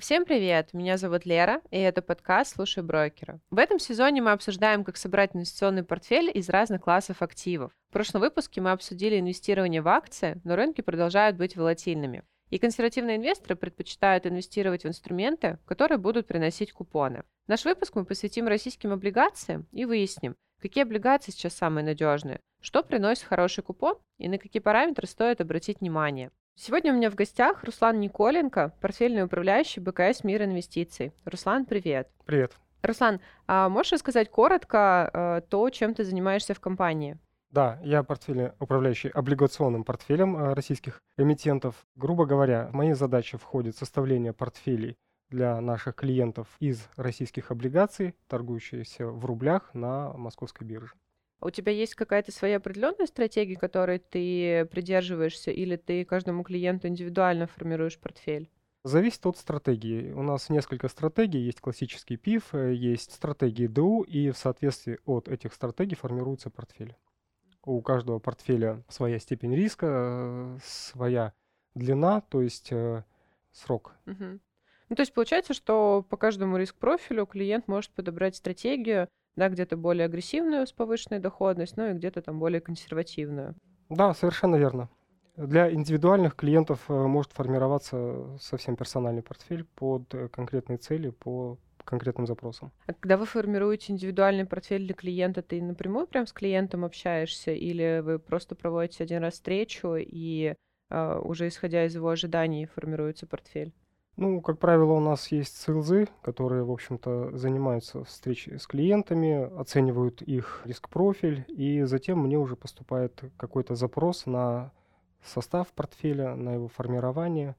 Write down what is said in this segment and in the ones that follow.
Всем привет! Меня зовут Лера, и это подкаст «Слушай брокера». В этом сезоне мы обсуждаем, как собрать инвестиционный портфель из разных классов активов. В прошлом выпуске мы обсудили инвестирование в акции, но рынки продолжают быть волатильными. И консервативные инвесторы предпочитают инвестировать в инструменты, которые будут приносить купоны. Наш выпуск мы посвятим российским облигациям и выясним, какие облигации сейчас самые надежные, что приносит хороший купон и на какие параметры стоит обратить внимание. Сегодня у меня в гостях Руслан Николенко, портфельный управляющий БКС «Мир инвестиций». Руслан, привет. Привет. Руслан, а можешь рассказать коротко то, чем ты занимаешься в компании? Да, я портфельный управляющий облигационным портфелем российских эмитентов. Грубо говоря, в мои задачи входит составление портфелей для наших клиентов из российских облигаций, торгующихся в рублях на московской бирже. У тебя есть какая-то своя определенная стратегия, которой ты придерживаешься, или ты каждому клиенту индивидуально формируешь портфель? Зависит от стратегии. У нас несколько стратегий. Есть классический ПИФ, есть стратегии ДУ, и в соответствии от этих стратегий формируется портфель. У каждого портфеля своя степень риска, своя длина, то есть срок. Мгм. Ну, то есть получается, что по каждому риск-профилю клиент может подобрать стратегию, да, где-то более агрессивную с повышенной доходностью, ну и где-то там более консервативную. Да, совершенно верно. Для индивидуальных клиентов может формироваться совсем персональный портфель под конкретные цели, по конкретным запросам. А когда вы формируете индивидуальный портфель для клиента, ты напрямую прям с клиентом общаешься, или вы просто проводите один раз встречу и уже исходя из его ожиданий формируется портфель? Ну, как правило, у нас есть СЛЗ, которые, в общем-то, занимаются встречей с клиентами, оценивают их риск-профиль, и затем мне уже поступает какой-то запрос на состав портфеля, на его формирование.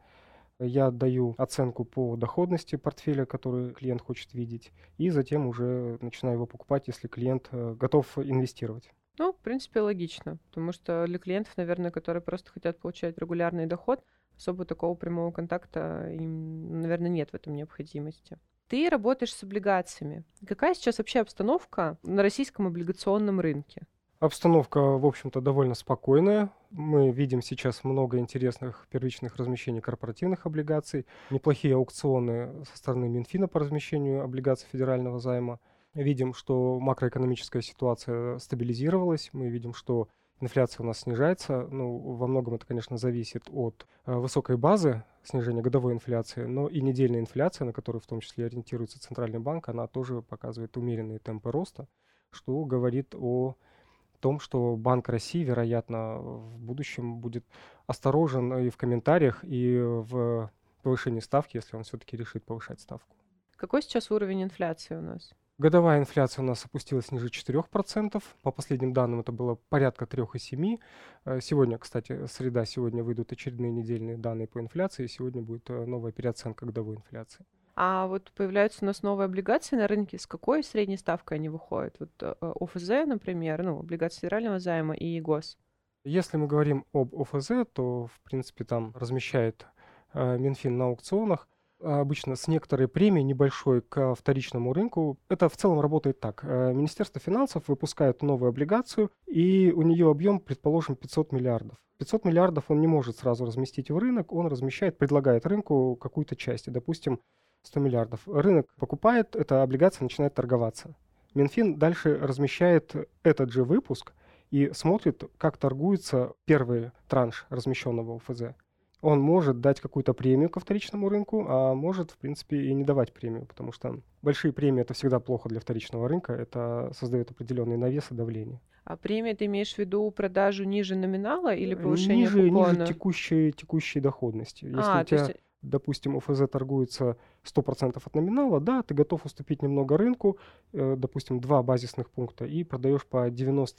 Я даю оценку по доходности портфеля, который клиент хочет видеть, и затем уже начинаю его покупать, если клиент готов инвестировать. Ну, в принципе, логично, потому что для клиентов, наверное, которые просто хотят получать регулярный доход, особо такого прямого контакта им, наверное, нет в этом необходимости. Ты работаешь с облигациями. Какая сейчас вообще обстановка на российском облигационном рынке? Обстановка, в общем-то, довольно спокойная. Мы видим сейчас много интересных первичных размещений корпоративных облигаций, неплохие аукционы со стороны Минфина по размещению облигаций федерального займа. Видим, что макроэкономическая ситуация стабилизировалась. Мы видим, что инфляция у нас снижается. Ну, во многом это, конечно, зависит от высокой базы снижения годовой инфляции, но и недельная инфляция, на которую в том числе ориентируется Центральный банк, она тоже показывает умеренные темпы роста, что говорит о том, что Банк России, вероятно, в будущем будет осторожен и в комментариях, и в повышении ставки, если он все-таки решит повышать ставку. Какой сейчас уровень инфляции у нас? Годовая инфляция у нас опустилась ниже 4%. По последним данным это было порядка 3,7%. Сегодня, кстати, среда, сегодня выйдут очередные недельные данные по инфляции, и сегодня будет новая переоценка годовой инфляции. А вот появляются у нас новые облигации на рынке. С какой средней ставкой они выходят? Вот ОФЗ, например, ну, облигации федерального займа и ГОС. Если мы говорим об ОФЗ, то, в принципе, там размещает Минфин на аукционах обычно с некоторой премией небольшой к вторичному рынку. Это в целом работает так. Министерство финансов выпускает новую облигацию, и у нее объем, предположим, 500 миллиардов. 500 миллиардов он не может сразу разместить в рынок, он размещает, предлагает рынку какую-то часть, допустим, 100 миллиардов. Рынок покупает, эта облигация начинает торговаться. Минфин дальше размещает этот же выпуск и смотрит, как торгуется первый транш размещенного ОФЗ. Он может дать какую-то премию ко вторичному рынку, а может, в принципе, и не давать премию, потому что большие премии – это всегда плохо для вторичного рынка, это создает определенный навес и давление. А премия ты имеешь в виду продажу ниже номинала или повышение Ниже купона? текущей доходности. Если у То тебя, есть, допустим, ОФЗ торгуется 100% от номинала, да, ты готов уступить немного рынку, допустим, 2 базисных пункта, и продаешь по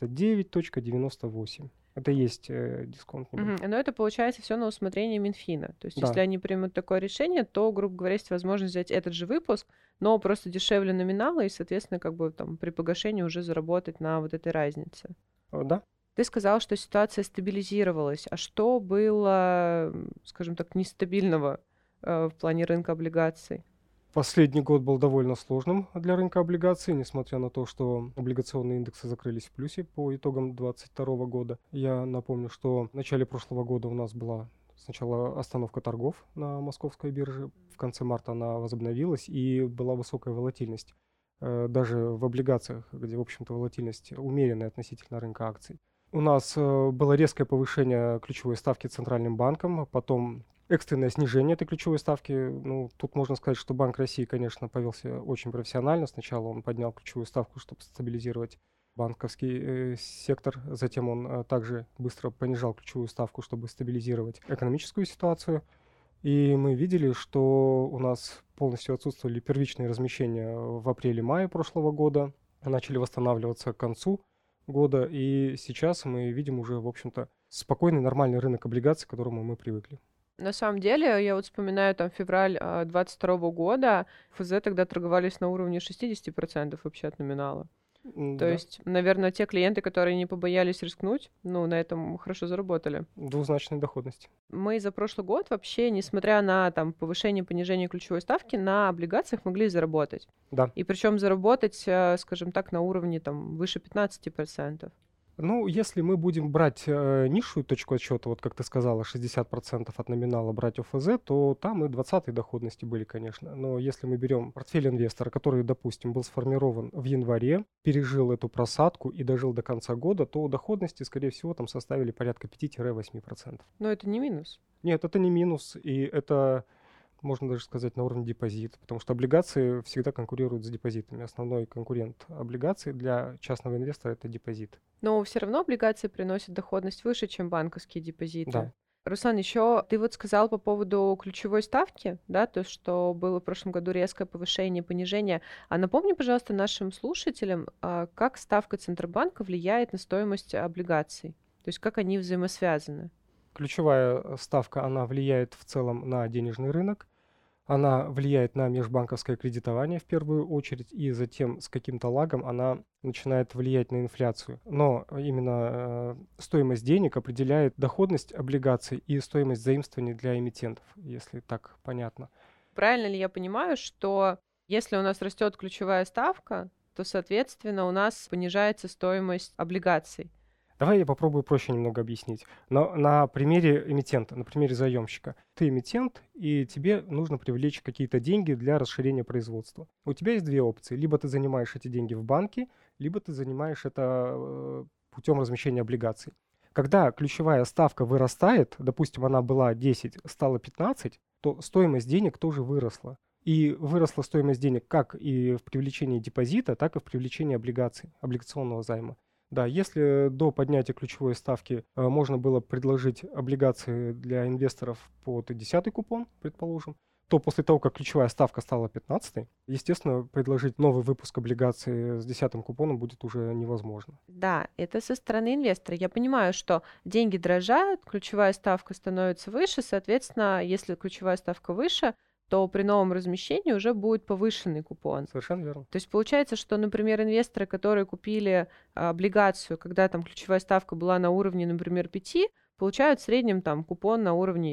99.98. Это и есть дисконт небольшой. но это получается все на усмотрение Минфина. То есть, Да. если они примут такое решение, то, грубо говоря, есть возможность взять этот же выпуск, но просто дешевле номинала и, соответственно, как бы там при погашении уже заработать на вот этой разнице. Да. Ты сказал, что ситуация стабилизировалась. А что было, скажем так, нестабильного в плане рынка облигаций? Последний год был довольно сложным для рынка облигаций, несмотря на то, что облигационные индексы закрылись в плюсе по итогам 2022 года. Я напомню, что в начале прошлого года у нас была сначала остановка торгов на московской бирже. В конце марта она возобновилась, и была высокая волатильность. Даже в облигациях, где, в общем-то, волатильность умеренная относительно рынка акций. У нас было резкое повышение ключевой ставки Центральным банком, потом экстренное снижение этой ключевой ставки. Ну, тут можно сказать, что Банк России, конечно, повелся очень профессионально. Сначала он поднял ключевую ставку, чтобы стабилизировать банковский сектор. Затем он также быстро понижал ключевую ставку, чтобы стабилизировать экономическую ситуацию. И мы видели, что у нас полностью отсутствовали первичные размещения в апреле-мае прошлого года, начали восстанавливаться к концу года, и сейчас мы видим уже, в общем-то, спокойный, нормальный рынок облигаций, к которому мы привыкли. На самом деле, я вот вспоминаю там февраль 2022 года, ФЗ тогда торговались на уровне 60% вообще от номинала. То Да, есть, наверное, те клиенты, которые не побоялись рискнуть, ну, на этом хорошо заработали. двузначной доходности. Мы за прошлый год вообще, несмотря на там повышение, понижение ключевой ставки, на облигациях могли заработать. Да. И причем заработать, скажем так, на уровне там выше 15%. Ну, если мы будем брать низшую точку отсчета, вот как ты сказала, 60% от номинала брать ОФЗ, то там и 20-е доходности были, конечно. Но если мы берем портфель инвестора, который, допустим, был сформирован в январе, пережил эту просадку и дожил до конца года, то доходности, скорее всего, там составили порядка 5-8%. Но это не минус. Нет, это не минус, и это, можно даже сказать, на уровне депозита, потому что облигации всегда конкурируют с депозитами. Основной конкурент облигаций для частного инвестора – это депозит. Но все равно облигации приносят доходность выше, чем банковские депозиты. Да. Руслан, еще ты вот сказал по поводу ключевой ставки, да, то, что было в прошлом году резкое повышение, понижение. А напомни, пожалуйста, нашим слушателям, как ставка Центробанка влияет на стоимость облигаций, то есть как они взаимосвязаны. Ключевая ставка, она влияет в целом на денежный рынок, она влияет на межбанковское кредитование в первую очередь, и затем с каким-то лагом она начинает влиять на инфляцию. Но именно стоимость денег определяет доходность облигаций и стоимость заимствований для эмитентов, если так понятно. Правильно ли я понимаю, что если у нас растет ключевая ставка, то, соответственно, у нас понижается стоимость облигаций? Давай я попробую проще немного объяснить. Но на примере эмитента, на примере заемщика. Ты эмитент, и тебе нужно привлечь какие-то деньги для расширения производства. У тебя есть две опции. Либо ты занимаешь эти деньги в банке, либо ты занимаешь это путем размещения облигаций. Когда ключевая ставка вырастает, допустим, она была 10, стала 15, то стоимость денег тоже выросла. И выросла стоимость денег как и в привлечении депозита, так и в привлечении облигаций, облигационного займа. Да, если до поднятия ключевой ставки можно было предложить облигации для инвесторов под 10 купон, предположим, то после того, как ключевая ставка стала 15, естественно, предложить новый выпуск облигаций с 10 купоном будет уже невозможно. Да, это со стороны инвестора. Я понимаю, что деньги дорожают, ключевая ставка становится выше, соответственно, если ключевая ставка выше, то при новом размещении уже будет повышенный купон. Совершенно верно. То есть получается, что, например, инвесторы, которые купили облигацию, когда там ключевая ставка была на уровне, например, 5, получают в среднем там купон на уровне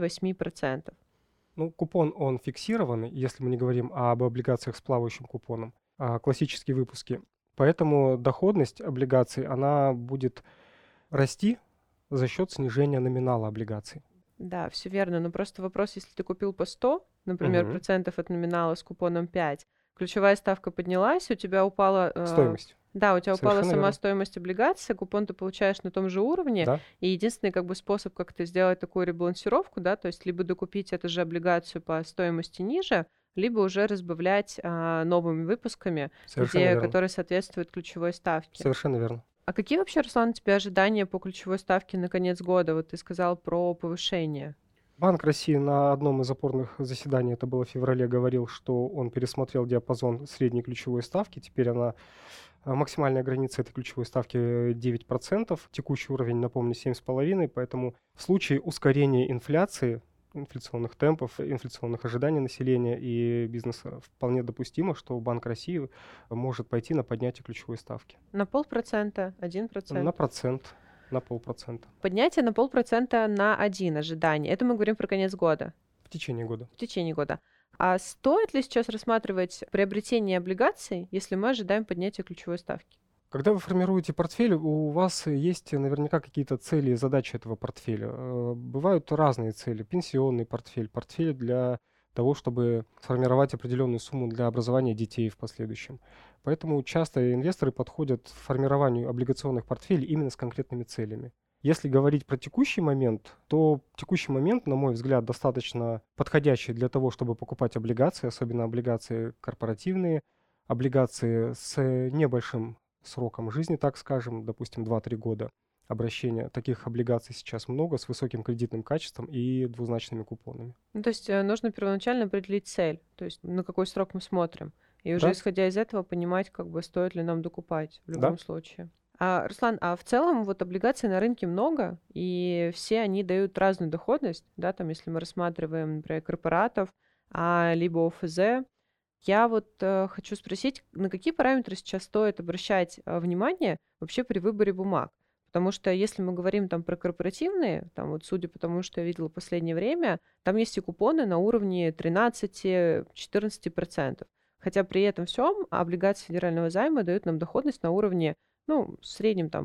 7-8%. Ну, купон, он фиксированный, если мы не говорим об облигациях с плавающим купоном, а классические выпуски. Поэтому доходность облигаций, она будет расти за счет снижения номинала облигаций. Да, все верно. Но просто вопрос, если ты купил по 100, например, процентов от номинала с купоном 5, ключевая ставка поднялась, у тебя упала... Стоимость. Да, у тебя упала Совершенно сама верно. стоимость облигации, купон ты получаешь на том же уровне, Да, и единственный как бы способ как-то сделать такую ребалансировку, да, то есть либо докупить эту же облигацию по стоимости ниже, либо уже разбавлять новыми выпусками, совершенно верно. которые соответствуют ключевой ставке. Совершенно верно. А какие вообще, Руслан, у тебя ожидания по ключевой ставке на конец года? Вот ты сказал про повышение. Банк России на одном из опорных заседаний, это было в феврале, говорил, что он пересмотрел диапазон средней ключевой ставки. Теперь она максимальная граница этой ключевой ставки 9%. Текущий уровень, напомню, 7,5%. Поэтому в случае ускорения инфляции, инфляционных темпов, инфляционных ожиданий населения и бизнеса вполне допустимо, что Банк России может пойти на поднятие ключевой ставки. На 0,5%, 1%? На процент, на 0,5%. Поднятие на 0,5% на 1 ожидание. Это мы говорим про конец года, В течение года. в течение года. А стоит ли сейчас рассматривать приобретение облигаций, если мы ожидаем поднятия ключевой ставки? Когда вы формируете портфель, у вас есть наверняка какие-то цели и задачи этого портфеля. Бывают разные цели. Пенсионный портфель, портфель для того, чтобы сформировать определенную сумму для образования детей в последующем. Поэтому часто инвесторы подходят к формированию облигационных портфелей именно с конкретными целями. Если говорить про текущий момент, то текущий момент, на мой взгляд, достаточно подходящий для того, чтобы покупать облигации, особенно облигации корпоративные, облигации с небольшим сроком жизни, так скажем, допустим, 2-3 года обращения. Таких облигаций сейчас много, с высоким кредитным качеством и двузначными купонами. Ну, то есть нужно первоначально определить цель, то есть на какой срок мы смотрим, и уже Да, исходя из этого понимать, как бы стоит ли нам докупать в да. любом случае. Руслан, а в целом вот облигаций на рынке много, и все они дают разную доходность, да, там, если мы рассматриваем, например, корпоратов, либо ОФЗ. Я вот хочу спросить, на какие параметры сейчас стоит обращать внимание вообще при выборе бумаг? Потому что если мы говорим там про корпоративные, там вот судя по тому, что я видела в последнее время, там есть и купоны на уровне 13-14%. Хотя при этом всем облигации федерального займа дают нам доходность на уровне, ну, в среднем там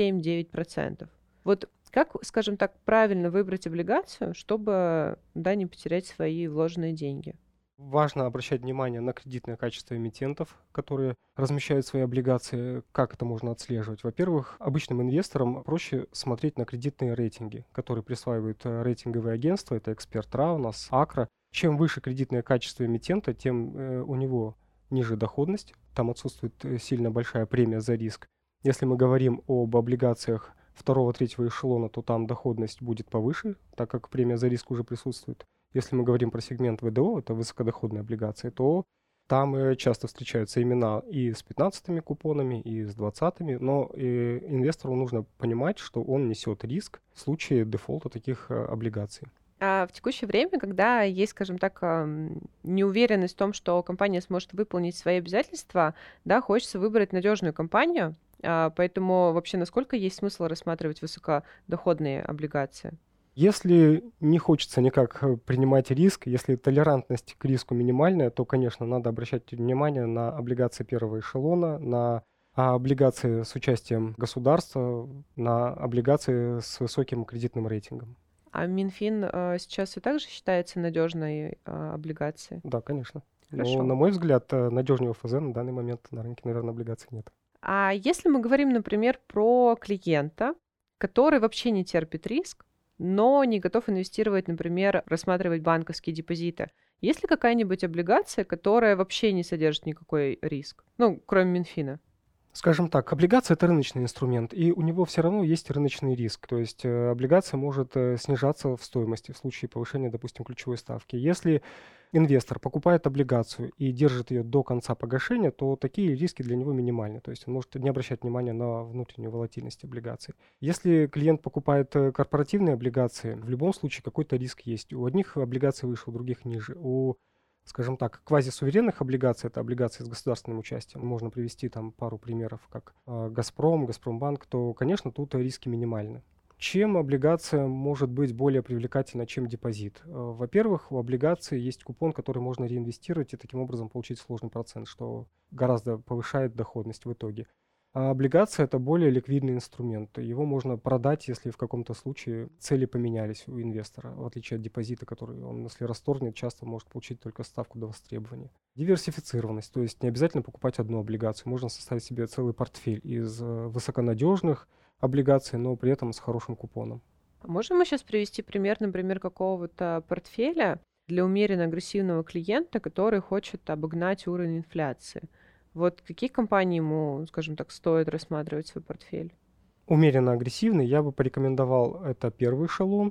7-9%. Вот как, скажем так, правильно выбрать облигацию, чтобы, да, не потерять свои вложенные деньги? Важно обращать внимание на кредитное качество эмитентов, которые размещают свои облигации. Как это можно отслеживать? Во-первых, обычным инвесторам проще смотреть на кредитные рейтинги, которые присваивают рейтинговые агентства. Это Эксперт Раунас, Акра. Чем выше кредитное качество эмитента, тем у него ниже доходность. Там отсутствует сильно большая премия за риск. Если мы говорим об облигациях второго-третьего эшелона, то там доходность будет повыше, так как премия за риск уже присутствует. Если мы говорим про сегмент ВДО, это высокодоходные облигации, то там часто встречаются имена и с 15 купонами, и с 20-ми, но инвестору нужно понимать, что он несет риск в случае дефолта таких облигаций. А в текущее время, когда есть, скажем так, неуверенность в том, что компания сможет выполнить свои обязательства, да, хочется выбрать надежную компанию, поэтому вообще насколько есть смысл рассматривать высокодоходные облигации? Если не хочется никак принимать риск, если толерантность к риску минимальная, то, конечно, надо обращать внимание на облигации первого эшелона, на облигации с участием государства, на облигации с высоким кредитным рейтингом. А Минфин сейчас все так же считается надежной облигацией? Да, конечно. Но, Хорошо. на мой взгляд, надежнее ОФЗ на данный момент на рынке, наверное, облигаций нет. А если мы говорим, например, про клиента, который вообще не терпит риск, но не готов инвестировать, например, рассматривать банковские депозиты, есть ли какая-нибудь облигация, которая вообще не содержит никакой риск? Ну, кроме Минфина. Скажем так, облигация — это рыночный инструмент, и у него все равно есть рыночный риск. То есть облигация может снижаться в стоимости в случае повышения, допустим, ключевой ставки. Если инвестор покупает облигацию и держит ее до конца погашения, то такие риски для него минимальны. То есть он может не обращать внимания на внутреннюю волатильность облигаций. Если клиент покупает корпоративные облигации, в любом случае какой-то риск есть. У одних облигаций выше, у других ниже. У, скажем так, квазисуверенных облигаций, это облигации с государственным участием, можно привести там пару примеров, как «Газпром», «Газпромбанк», то, конечно, тут риски минимальны. Чем облигация может быть более привлекательна, чем депозит? Во-первых, у облигаций есть купон, который можно реинвестировать и таким образом получить сложный процент, что гораздо повышает доходность в итоге. А облигация — это более ликвидный инструмент. Его можно продать, если в каком-то случае цели поменялись у инвестора, в отличие от депозита, который он, если расторгнет, часто может получить только ставку до востребования. Диверсифицированность, то есть не обязательно покупать одну облигацию. Можно составить себе целый портфель из высоконадежных облигаций, но при этом с хорошим купоном. Можем мы сейчас привести пример, например, какого-то портфеля для умеренно агрессивного клиента, который хочет обогнать уровень инфляции? Вот какие компании ему, скажем так, стоит рассматривать свой портфель? Умеренно агрессивный я бы порекомендовал это первый эшелон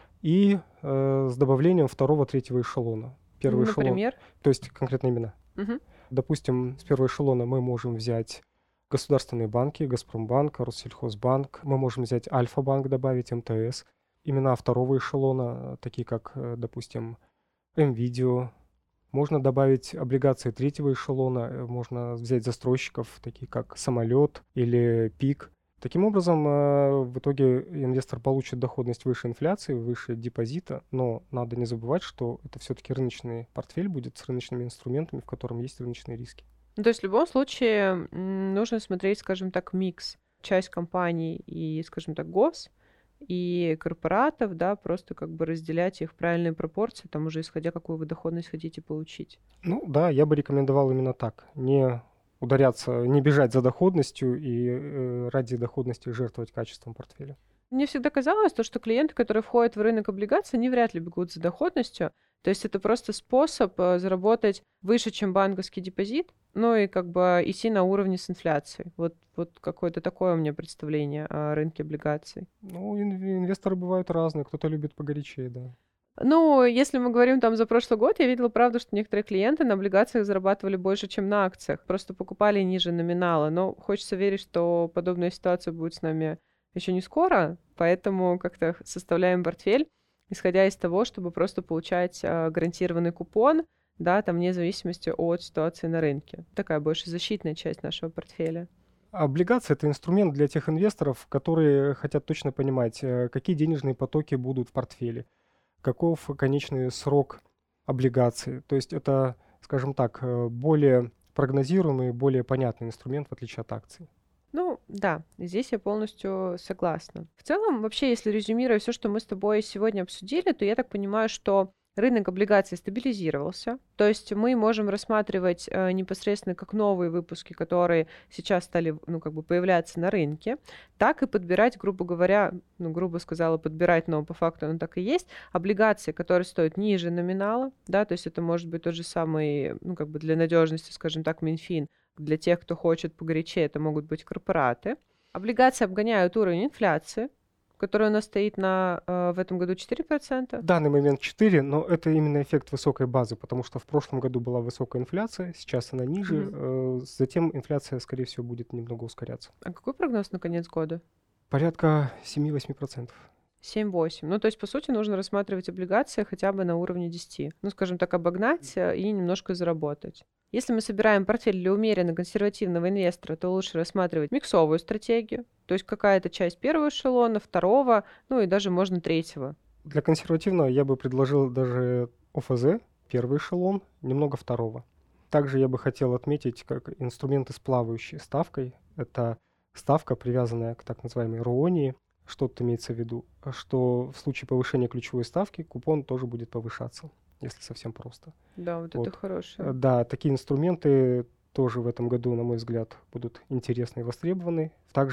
и с добавлением второго-третьего эшелона. Первый эшелон, Например? то есть конкретные имена. Мгм. Допустим, с первого эшелона мы можем взять государственные банки, Газпромбанк, Россельхозбанк. Мы можем взять Альфа-банк, добавить МТС. Имена второго эшелона, такие как, допустим, МВидео. Можно добавить облигации третьего эшелона. Можно взять застройщиков, такие как Самолет или ПИК. Таким образом, в итоге инвестор получит доходность выше инфляции, выше депозита, но надо не забывать, что это все-таки рыночный портфель будет с рыночными инструментами, в котором есть рыночные риски. Ну, то есть в любом случае нужно смотреть, скажем так, микс. Часть компаний и, скажем так, гос, и корпоратов, да, просто как бы разделять их в правильные пропорции, там уже исходя, какую вы доходность хотите получить. Ну да, я бы рекомендовал именно так. Не ударяться, не бежать за доходностью и ради доходности жертвовать качеством портфеля. Мне всегда казалось, что клиенты, которые входят в рынок облигаций, они вряд ли бегут за доходностью. То есть это просто способ заработать выше, чем банковский депозит, ну и как бы идти на уровне с инфляцией. Вот какое-то такое у меня представление о рынке облигаций. Ну, инвесторы бывают разные, кто-то любит погорячее, да. Ну, если мы говорим там за прошлый год, я видела, правда, что некоторые клиенты на облигациях зарабатывали больше, чем на акциях. Просто покупали ниже номинала. Но хочется верить, что подобная ситуация будет с нами еще не скоро, поэтому как-то составляем портфель, исходя из того, чтобы просто получать гарантированный купон, да, там вне зависимости от ситуации на рынке. Такая больше защитная часть нашего портфеля. Облигации — это инструмент для тех инвесторов, которые хотят точно понимать, какие денежные потоки будут в портфеле, каков конечный срок облигаций. То есть это, скажем так, более прогнозируемый, более понятный инструмент, в отличие от акций. Ну, да, здесь я полностью согласна. В целом, вообще, если резюмировать все, что мы с тобой сегодня обсудили, то я так понимаю, что рынок облигаций стабилизировался. То есть мы можем рассматривать непосредственно как новые выпуски, которые сейчас стали, ну, как бы появляться на рынке, так и подбирать, грубо говоря, ну, грубо сказала, подбирать, но по факту оно так и есть, облигации, которые стоят ниже номинала, да, то есть это может быть тот же самый, ну, как бы для надежности, скажем так, Минфин. Для тех, кто хочет погорячее, это могут быть корпораты. Облигации обгоняют уровень инфляции, который у нас стоит в этом году 4%. В данный момент 4, но это именно эффект высокой базы, потому что в прошлом году была высокая инфляция, сейчас она ниже, затем инфляция, скорее всего, будет немного ускоряться. А какой прогноз на конец года? Порядка 7-8%. 7-8. Ну, то есть, по сути, нужно рассматривать облигации хотя бы на уровне 10. Ну, скажем так, обогнать и немножко заработать. Если мы собираем портфель для умеренно консервативного инвестора, то лучше рассматривать миксовую стратегию, то есть какая-то часть первого эшелона, второго, ну и даже можно третьего. Для консервативного я бы предложил даже ОФЗ, первый эшелон, немного второго. Также я бы хотел отметить как инструменты с плавающей ставкой. Это ставка, привязанная к так называемой РООНии. Что тут имеется в виду? Что в случае повышения ключевой ставки купон тоже будет повышаться, если совсем просто. Да, вот это хорошее. Да, такие инструменты тоже в этом году, на мой взгляд, будут интересны и востребованы.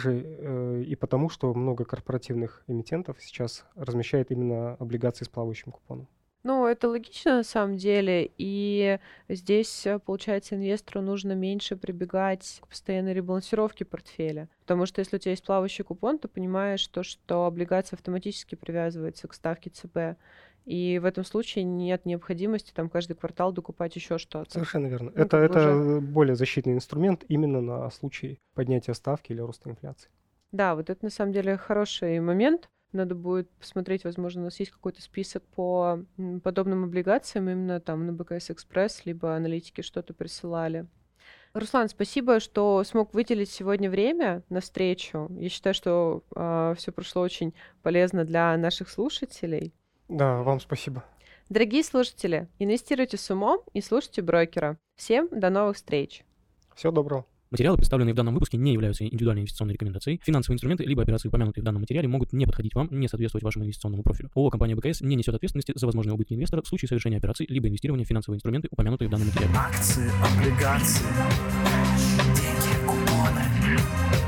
Также и потому, что много корпоративных эмитентов сейчас размещает именно облигации с плавающим купоном. Ну, это логично на самом деле, и здесь, получается, инвестору нужно меньше прибегать к постоянной ребалансировке портфеля, потому что если у тебя есть плавающий купон, ты понимаешь, что облигация автоматически привязывается к ставке ЦБ, и в этом случае нет необходимости там каждый квартал докупать еще что-то. Совершенно верно. Ну, это более защитный инструмент именно на случай поднятия ставки или роста инфляции. Да, вот это на самом деле хороший момент. Надо будет посмотреть, возможно, у нас есть какой-то список по подобным облигациям, именно там на БКС Экспресс, либо аналитики что-то присылали. Руслан, спасибо, что смог выделить сегодня время на встречу. Я считаю, что все прошло очень полезно для наших слушателей. Да, вам спасибо. Дорогие слушатели, инвестируйте с умом и слушайте брокера. Всем до новых встреч. Всего доброго. Материалы, представленные в данном выпуске, не являются индивидуальной инвестиционной рекомендацией. Финансовые инструменты либо операции, упомянутые в данном материале, могут не подходить вам, не соответствовать вашему инвестиционному профилю. ООО «Компания БКС» не несет ответственности за возможные убытки инвестора в случае совершения операций либо инвестирования в финансовые инструменты, упомянутые в данном материале. Акции, облигации, деньги, купоны.